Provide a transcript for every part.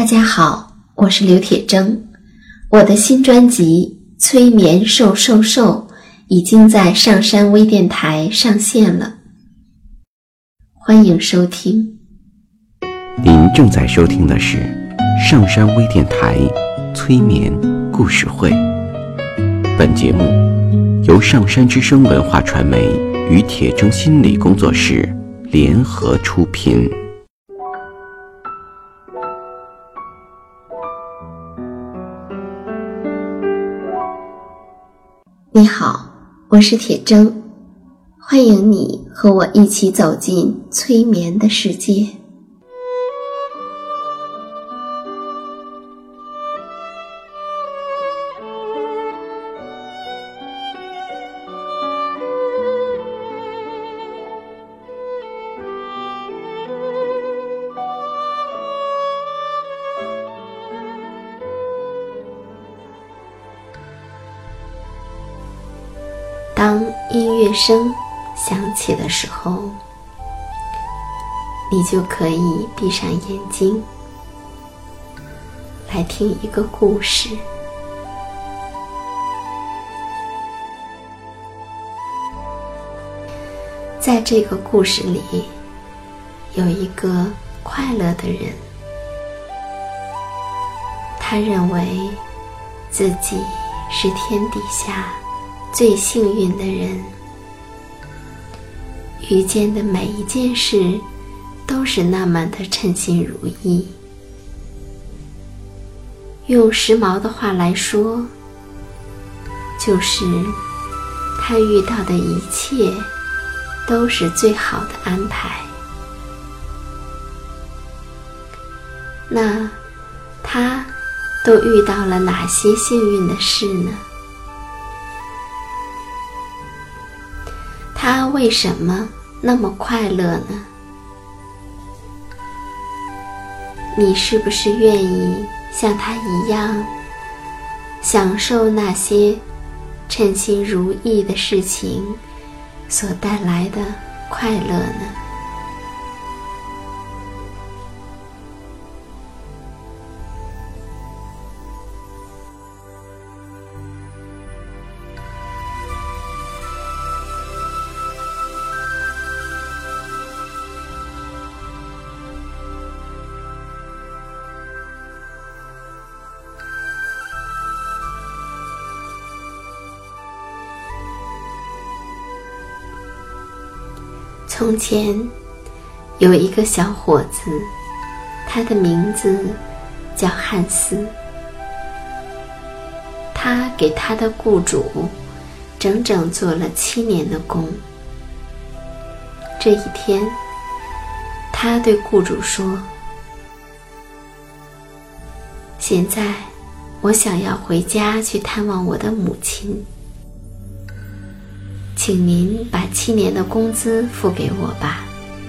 大家好，我是刘铁铮。我的新专辑《催眠瘦瘦瘦》已经在上山微电台上线了，欢迎收听。 您正在收听的是上山微电台催眠故事会。本节目由上山之声文化传媒与铁铮心理工作室联合出品。 你好，我是铁铮，欢迎你和我一起走进催眠的世界。当音乐声响起的时候，你就可以闭上眼睛，来听一个故事。在这个故事里，有一个快乐的人，他认为自己是天底下最幸运的人，遇见的每一件事都是那么的称心如意。用时髦的话来说，就是他遇到的一切都是最好的安排。那他都遇到了哪些幸运的事呢？他为什么那么快乐呢？你是不是愿意像他一样享受那些称心如意的事情所带来的快乐呢？从前有一个小伙子，他的名字叫汉斯。他给他的雇主整整做了7年的工。这一天，他对雇主说：现在我想要回家去探望我的母亲，请您把7年的工资付给我吧。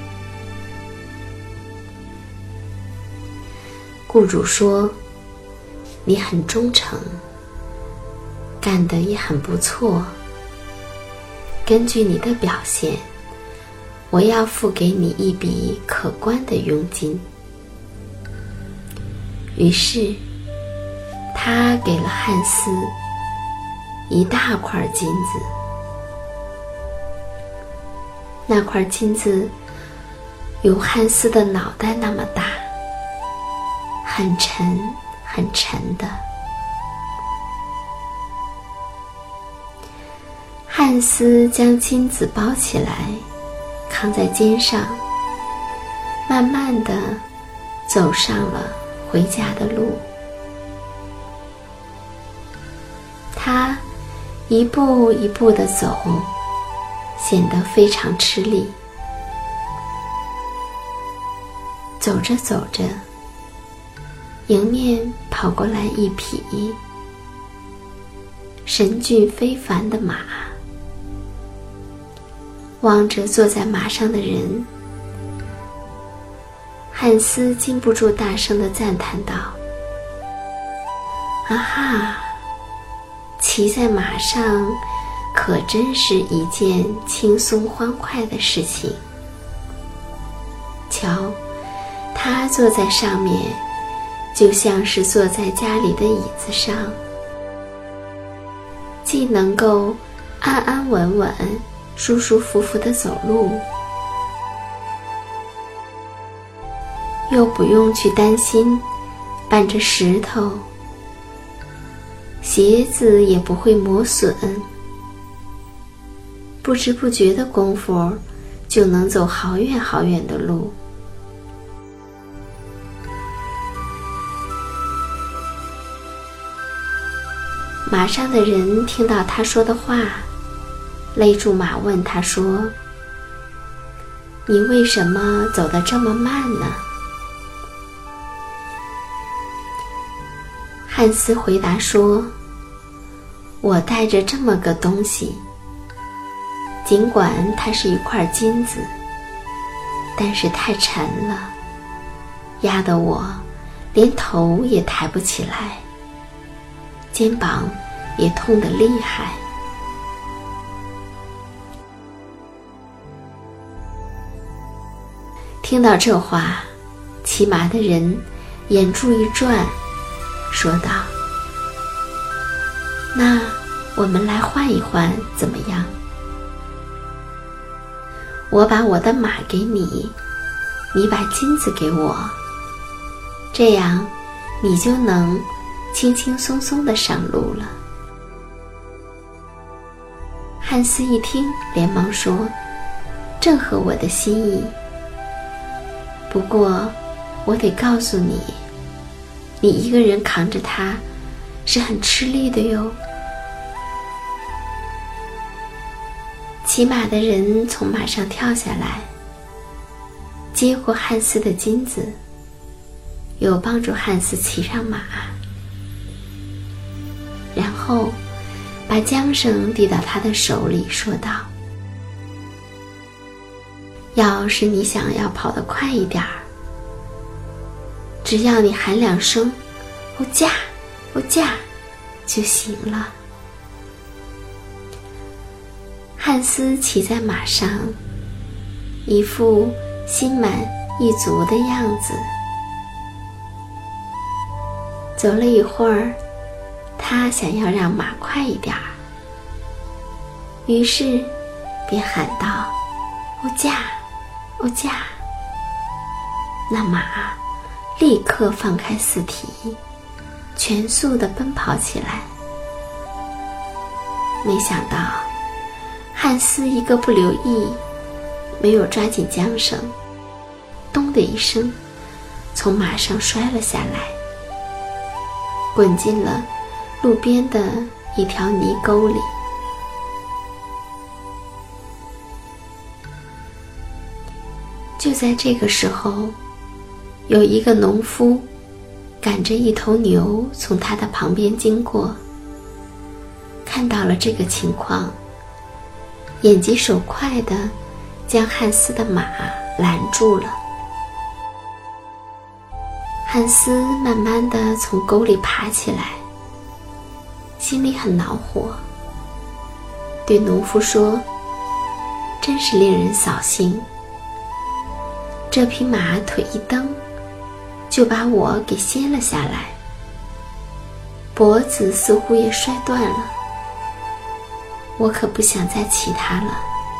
雇主说：你很忠诚，干得也很不错，根据你的表现，我要付给你一笔可观的佣金。于是他给了汉斯一大块金子。那块金子有汉斯的脑袋那么大，很沉很沉的。汉斯将金子包起来，扛在肩上，慢慢地走上了回家的路。他一步一步地走，显得非常吃力。走着走着，迎面跑过来一匹神骏非凡的马。望着坐在马上的人，汉斯禁不住大声地赞叹道：啊哈，骑在马上可真是一件轻松欢快的事情。瞧，他坐在上面， 就像是坐在家里的椅子上，既能够安安稳稳、舒舒服服地走路，又不用去担心绊着石头，鞋子也不会磨损，不知不觉的功夫就能走好远好远的路。马上的人听到他说的话，勒住马问他说：“你为什么走得这么慢呢？”汉斯回答说：“我带着这么个东西，尽管它是一块金子，但是太沉了，压得我连头也抬不起来，肩膀也痛得厉害。”听到这话，骑马的人眼珠一转，说道：“那我们来换一换怎么样？我把我的马给你，你把金子给我，这样你就能轻轻松松地上路了。”汉斯一听，连忙说：“正合我的心意。不过我得告诉你，你一个人扛着它是很吃力的哟。”骑马的人从马上跳下来，接过汉斯的金子，又帮助汉斯骑上马，然后把缰绳递到他的手里，说道：“要是你想要跑得快一点儿，只要你喊2声‘哦驾，哦驾’就行了。”汉斯骑在马上，一副心满意足的样子。走了一会儿，他想要让马快一点儿，于是便喊道：“哦驾，哦驾！”那马立刻放开四蹄，全速地奔跑起来。没想到汉斯一个不留意，没有抓紧缰绳，咚的一声从马上摔了下来，滚进了路边的一条泥沟里。就在这个时候，有一个农夫赶着一头牛从他的旁边经过，看到了这个情况，眼疾手快地将汉斯的马拦住了。汉斯慢慢地从沟里爬起来，心里很恼火，对农夫说：“真是令人扫兴，这匹马腿一蹬，就把我给掀了下来，脖子似乎也摔断了，我可不想再骑它了。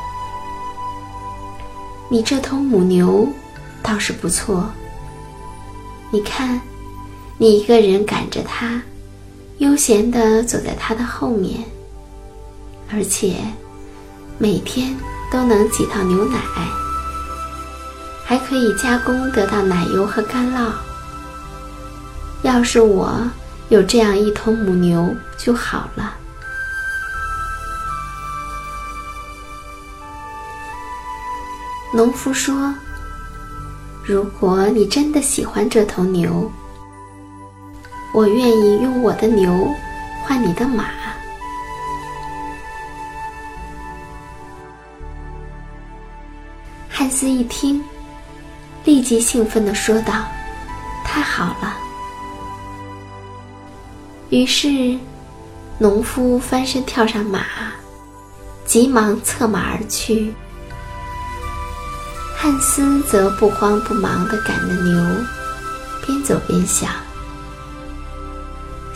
你这头母牛倒是不错，你看，你一个人赶着它，悠闲地走在它的后面，而且每天都能挤到牛奶，还可以加工得到奶油和干酪。要是我有这样一头母牛就好了。”农夫说：“如果你真的喜欢这头牛，我愿意用我的牛换你的马。”汉斯一听，立即兴奋地说道：“太好了！”于是，农夫翻身跳上马，急忙策马而去。汉斯则不慌不忙地赶着牛，边走边想：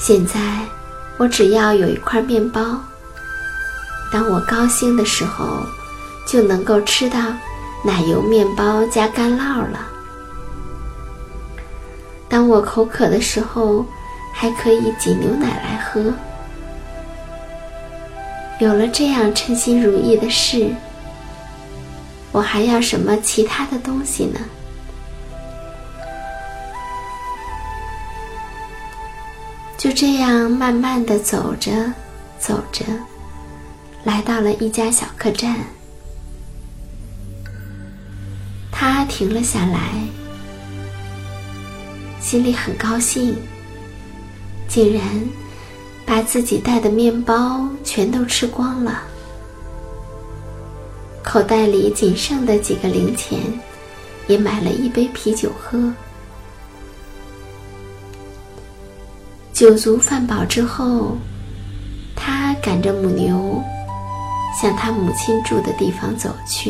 现在我只要有一块面包，当我高兴的时候，就能够吃到奶油面包加干酪了。当我口渴的时候，还可以挤牛奶来喝。有了这样称心如意的事，我还要什么其他的东西呢？就这样慢慢地走着走着，来到了一家小客栈。他停了下来，心里很高兴，竟然把自己带的面包全都吃光了，口袋里仅剩的几个零钱也买了一杯啤酒喝。酒足饭饱之后，他赶着母牛向他母亲住的地方走去。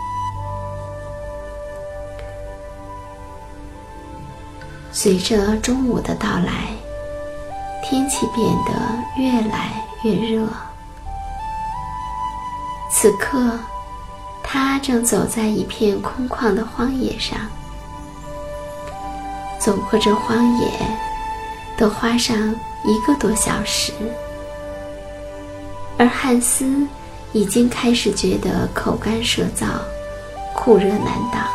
随着中午的到来，天气变得越来越热。此刻，他正走在一片空旷的荒野上。走过这荒野都花上1个多小时，而汉斯已经开始觉得口干舌燥，酷热难当。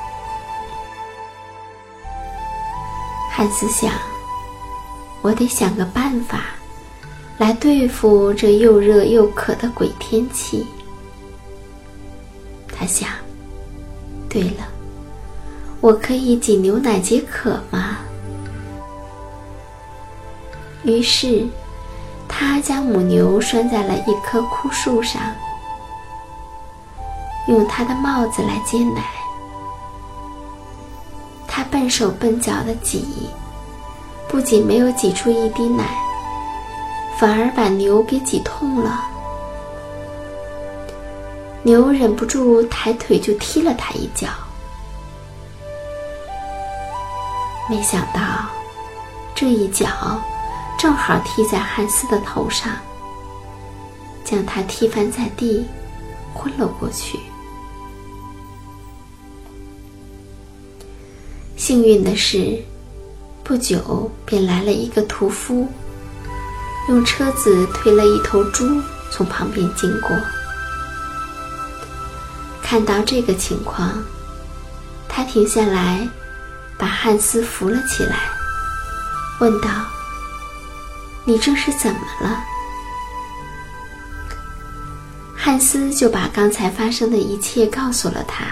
汉斯想，我得想个办法来对付这又热又渴的鬼天气。他想，对了，我可以挤牛奶解渴吗？于是他将母牛拴在了一棵枯树上，用他的帽子来接奶。他笨手笨脚地挤，不仅没有挤出一滴奶，反而把牛给挤痛了。牛忍不住抬腿就踢了他一脚，没想到这一脚正好踢在汉斯的头上，将他踢翻在地，昏了过去。幸运的是，不久便来了一个屠夫，用车子推了一头猪从旁边经过。看到这个情况，他停下来，把汉斯扶了起来，问道：“你这是怎么了？”汉斯就把刚才发生的一切告诉了他。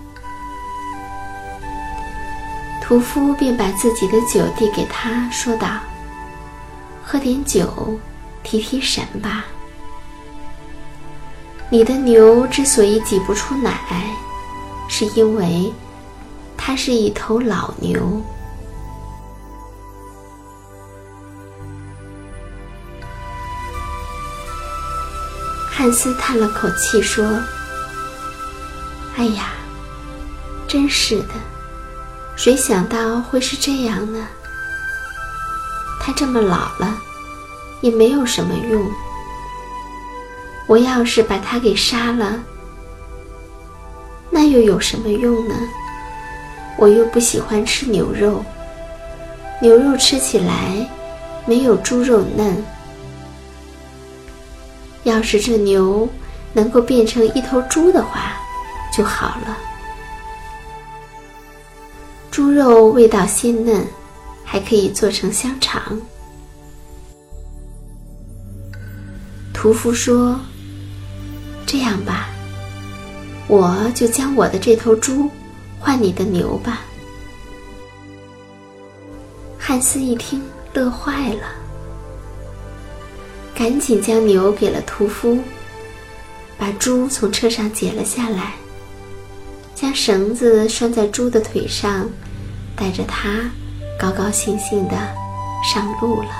屠夫便把自己的酒递给他，说道：“喝点酒，提提神吧。你的牛之所以挤不出奶，是因为它是一头老牛。”汉斯叹了口气说：“哎呀，真是的，谁想到会是这样呢？他这么老了，也没有什么用。我要是把他给杀了，那又有什么用呢？我又不喜欢吃牛肉，牛肉吃起来没有猪肉嫩。要是这牛能够变成一头猪的话就好了。猪肉味道鲜嫩，还可以做成香肠。”屠夫说：“这样吧，我就将我的这头猪换你的牛吧。”汉斯一听乐坏了，赶紧将牛给了屠夫，把猪从车上解了下来，将绳子拴在猪的腿上，带着它高高兴兴地上路了。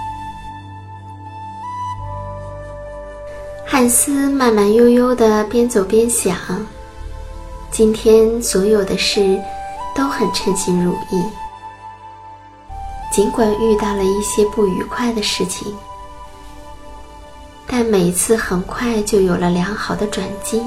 汉斯慢慢悠悠地边走边想，今天所有的事都很称心如意。 尽管遇到了一些不愉快的事情，但每次很快就有了良好的转机。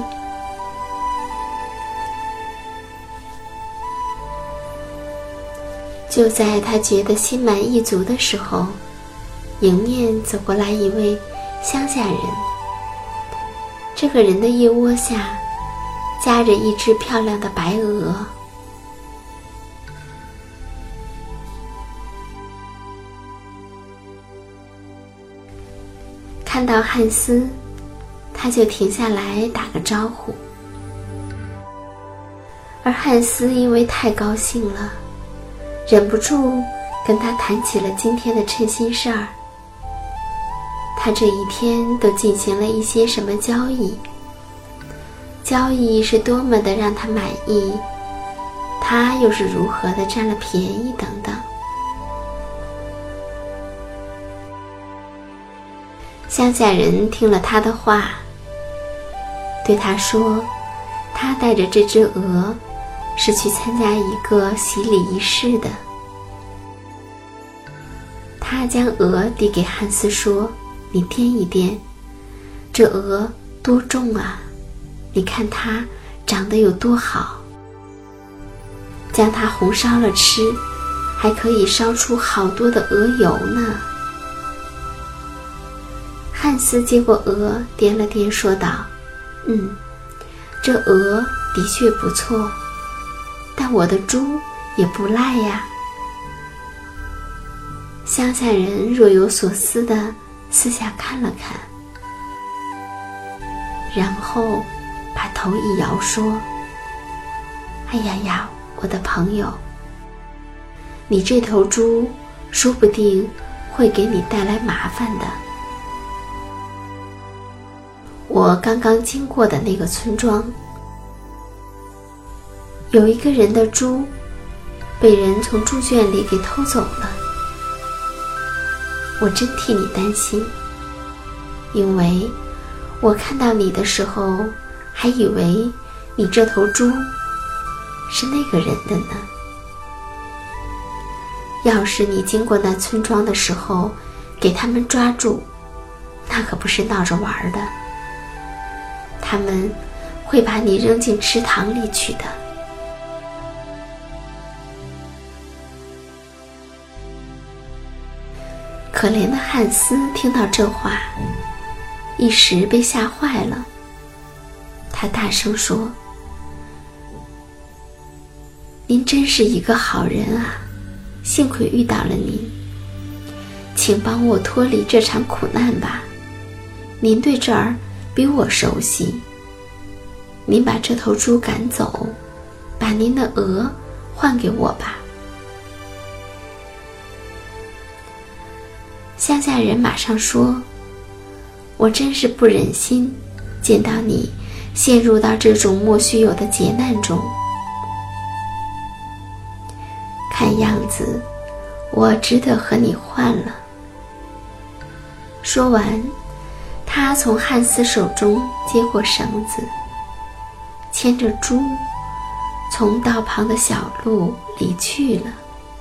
就在他觉得心满意足的时候，迎面走过来一位乡下人。这个人的腋窝下夹着一只漂亮的白鹅。看到汉斯，他就停下来打个招呼。而汉斯因为太高兴了，忍不住跟他谈起了今天的称心事儿。他这一天都进行了一些什么交易，交易是多么的让他满意，他又是如何的占了便宜等等。乡下人听了他的话，对他说，他带着这只鹅是去参加一个洗礼仪式的。他将鹅递给汉斯说，你掂一掂，这鹅多重啊，你看它长得有多好，将它红烧了吃，还可以烧出好多的鹅油呢。汉斯接过鹅，掂了掂，说道，这鹅的确不错，但我的猪也不赖呀。乡下人若有所思地四下看了看，然后把头一摇说，哎呀呀，我的朋友，你这头猪说不定会给你带来麻烦的。我刚刚经过的那个村庄，有一个人的猪被人从猪圈里给偷走了。我真替你担心，因为我看到你的时候还以为你这头猪是那个人的呢。要是你经过那村庄的时候给他们抓住，那可不是闹着玩的，他们会把你扔进池塘里去的。可怜的汉斯听到这话，一时被吓坏了。他大声说，您真是一个好人啊，幸亏遇到了您，请帮我脱离这场苦难吧，您对这儿比我熟悉，您把这头猪赶走，把您的鹅换给我吧。乡下人马上说，我真是不忍心见到你陷入到这种莫须有的劫难中，看样子我只得和你换了。说完，他从汉斯手中接过绳子，牵着猪从道旁的小路离去了。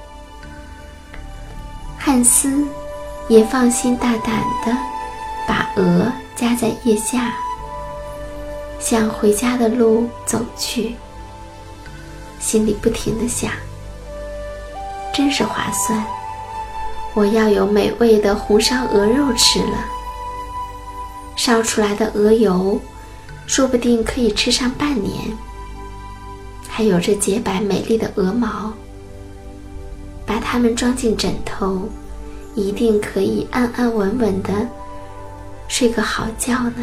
汉斯也放心大胆地把鹅夹在腋下，向回家的路走去，心里不停地想，真是划算，我要有美味的红烧鹅肉吃了，烧出来的鹅油说不定可以吃上半年，还有这洁白美丽的鹅毛，把它们装进枕头，一定可以安安稳稳地睡个好觉呢。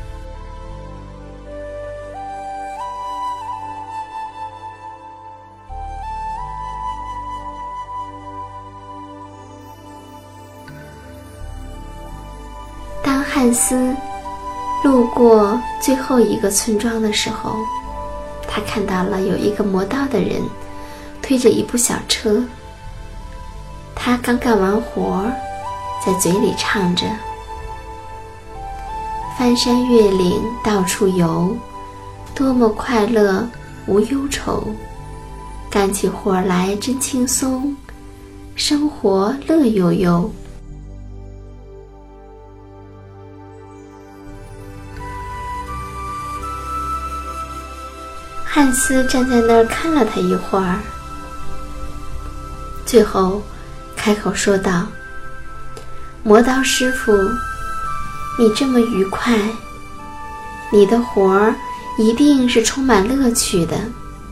当汉斯路过最后一个村庄的时候，他看到了有一个磨刀的人推着一部小车，他刚干完活，在嘴里唱着，翻山越岭到处游，多么快乐无忧愁，干起活来真轻松， 生活乐悠悠。汉斯站在那儿看了他一会儿，最后开口说道：“磨刀师傅，你这么愉快，你的活儿一定是充满乐趣的。”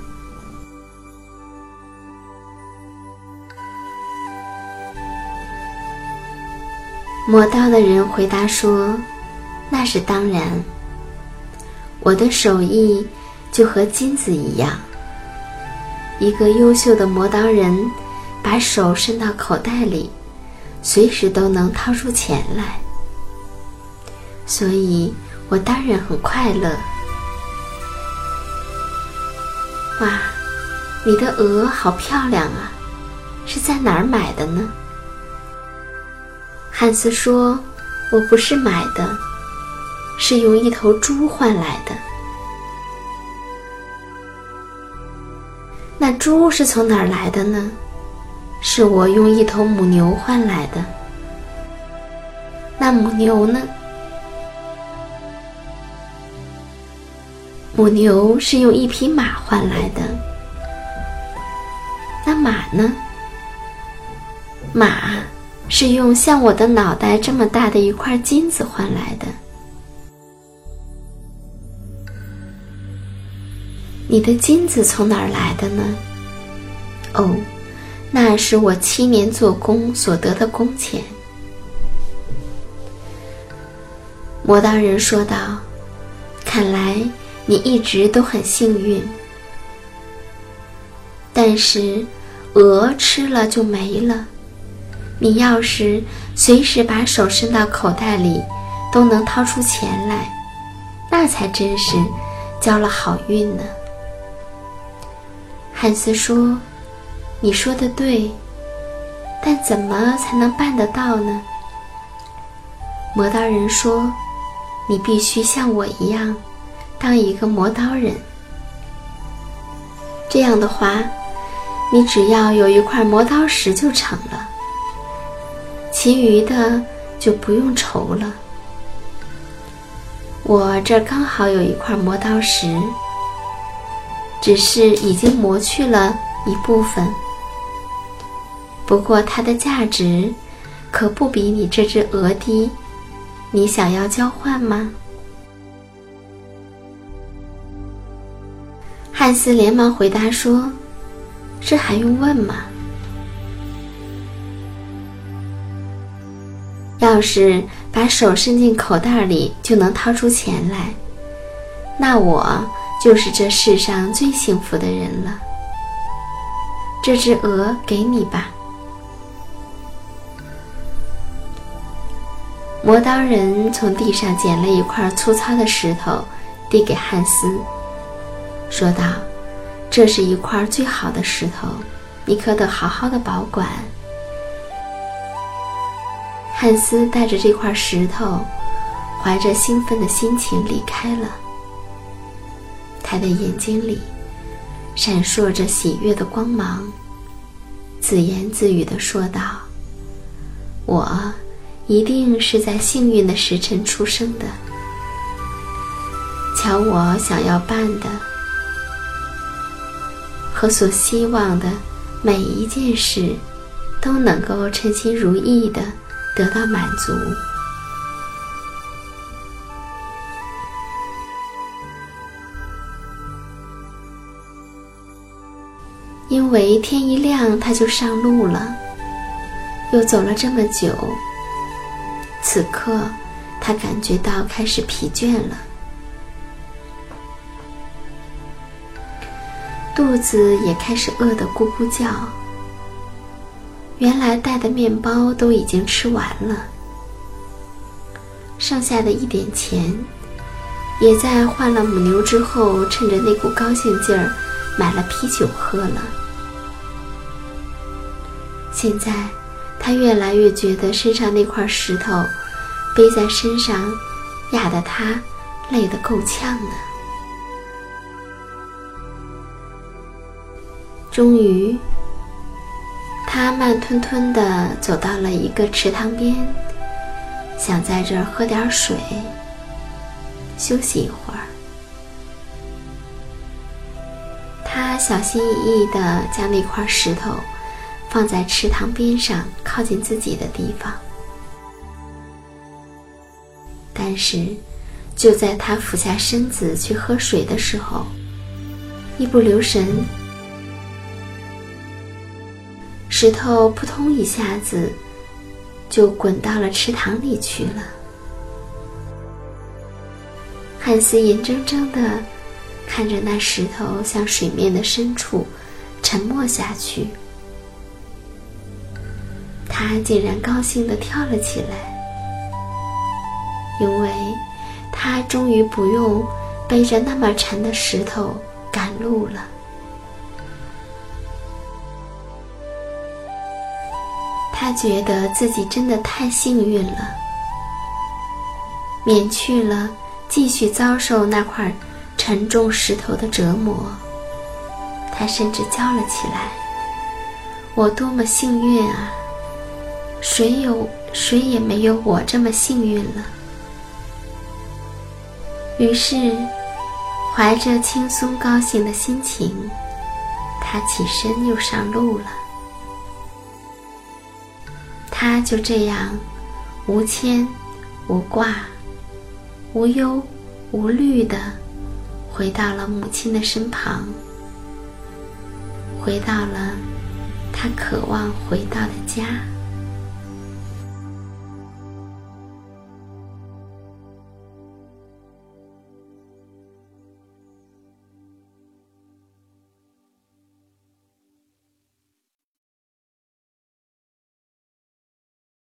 磨刀的人回答说：“那是当然，我的手艺就和金子一样。一个优秀的磨刀人把手伸到口袋里，随时都能掏出钱来，所以我当然很快乐。”哇，你的鹅好漂亮啊，是在哪儿买的呢？汉斯说：“我不是买的，是用一头猪换来的。”那猪是从哪儿来的呢？是我用一头母牛换来的。那母牛呢？母牛是用一匹马换来的。那马呢？马是用像我的脑袋这么大的一块金子换来的。你的金子从哪儿来的呢？哦，那是我7年做工所得的工钱。磨刀人说道：“看来你一直都很幸运，但是鹅吃了就没了。你要是随时把手伸到口袋里都能掏出钱来，那才真是交了好运呢。”汉斯说：“你说的对，但怎么才能办得到呢？”磨刀人说：“你必须像我一样，当一个磨刀人。这样的话，你只要有一块磨刀石就成了。其余的就不用愁了。我这儿刚好有一块磨刀石，只是已经磨去了一部分，不过它的价值可不比你这只鹅低，你想要交换吗？”汉斯连忙回答说：“这还用问吗？要是把手伸进口袋里就能掏出钱来，那我就是这世上最幸福的人了。这只鹅给你吧。”磨刀人从地上捡了一块粗糙的石头，递给汉斯，说道：“这是一块最好的石头，你可得好好的保管。”汉斯带着这块石头，怀着兴奋的心情离开了。他的眼睛里闪烁着喜悦的光芒，自言自语地说道：“我一定是在幸运的时辰出生的。瞧我想要办的和所希望的每一件事，都能够称心如意地得到满足。”因为天一亮他就上路了，又走了这么久，此刻他感觉到开始疲倦了，肚子也开始饿得咕咕叫。原来带的面包都已经吃完了，剩下的一点钱也在换了母牛之后，趁着那股高兴劲儿买了啤酒喝了。现在他越来越觉得身上那块石头背在身上压得他累得够呛呢。终于他慢吞吞地走到了一个池塘边，想在这儿喝点水，休息一会儿。他小心翼翼地将那块石头放在池塘边上靠近自己的地方，但是就在他俯下身子去喝水的时候，一不留神，石头扑通一下子就滚到了池塘里去了。汉斯眼睁睁地看着那石头向水面的深处沉没下去，他竟然高兴地跳了起来，因为他终于不用背着那么沉的石头赶路了。他觉得自己真的太幸运了，免去了继续遭受那块沉重石头的折磨。他甚至叫了起来：我多么幸运啊，谁也没有我这么幸运了。于是怀着轻松高兴的心情，他起身又上路了。他就这样无牵无挂、无忧无虑地回到了母亲的身旁，回到了他渴望回到的家。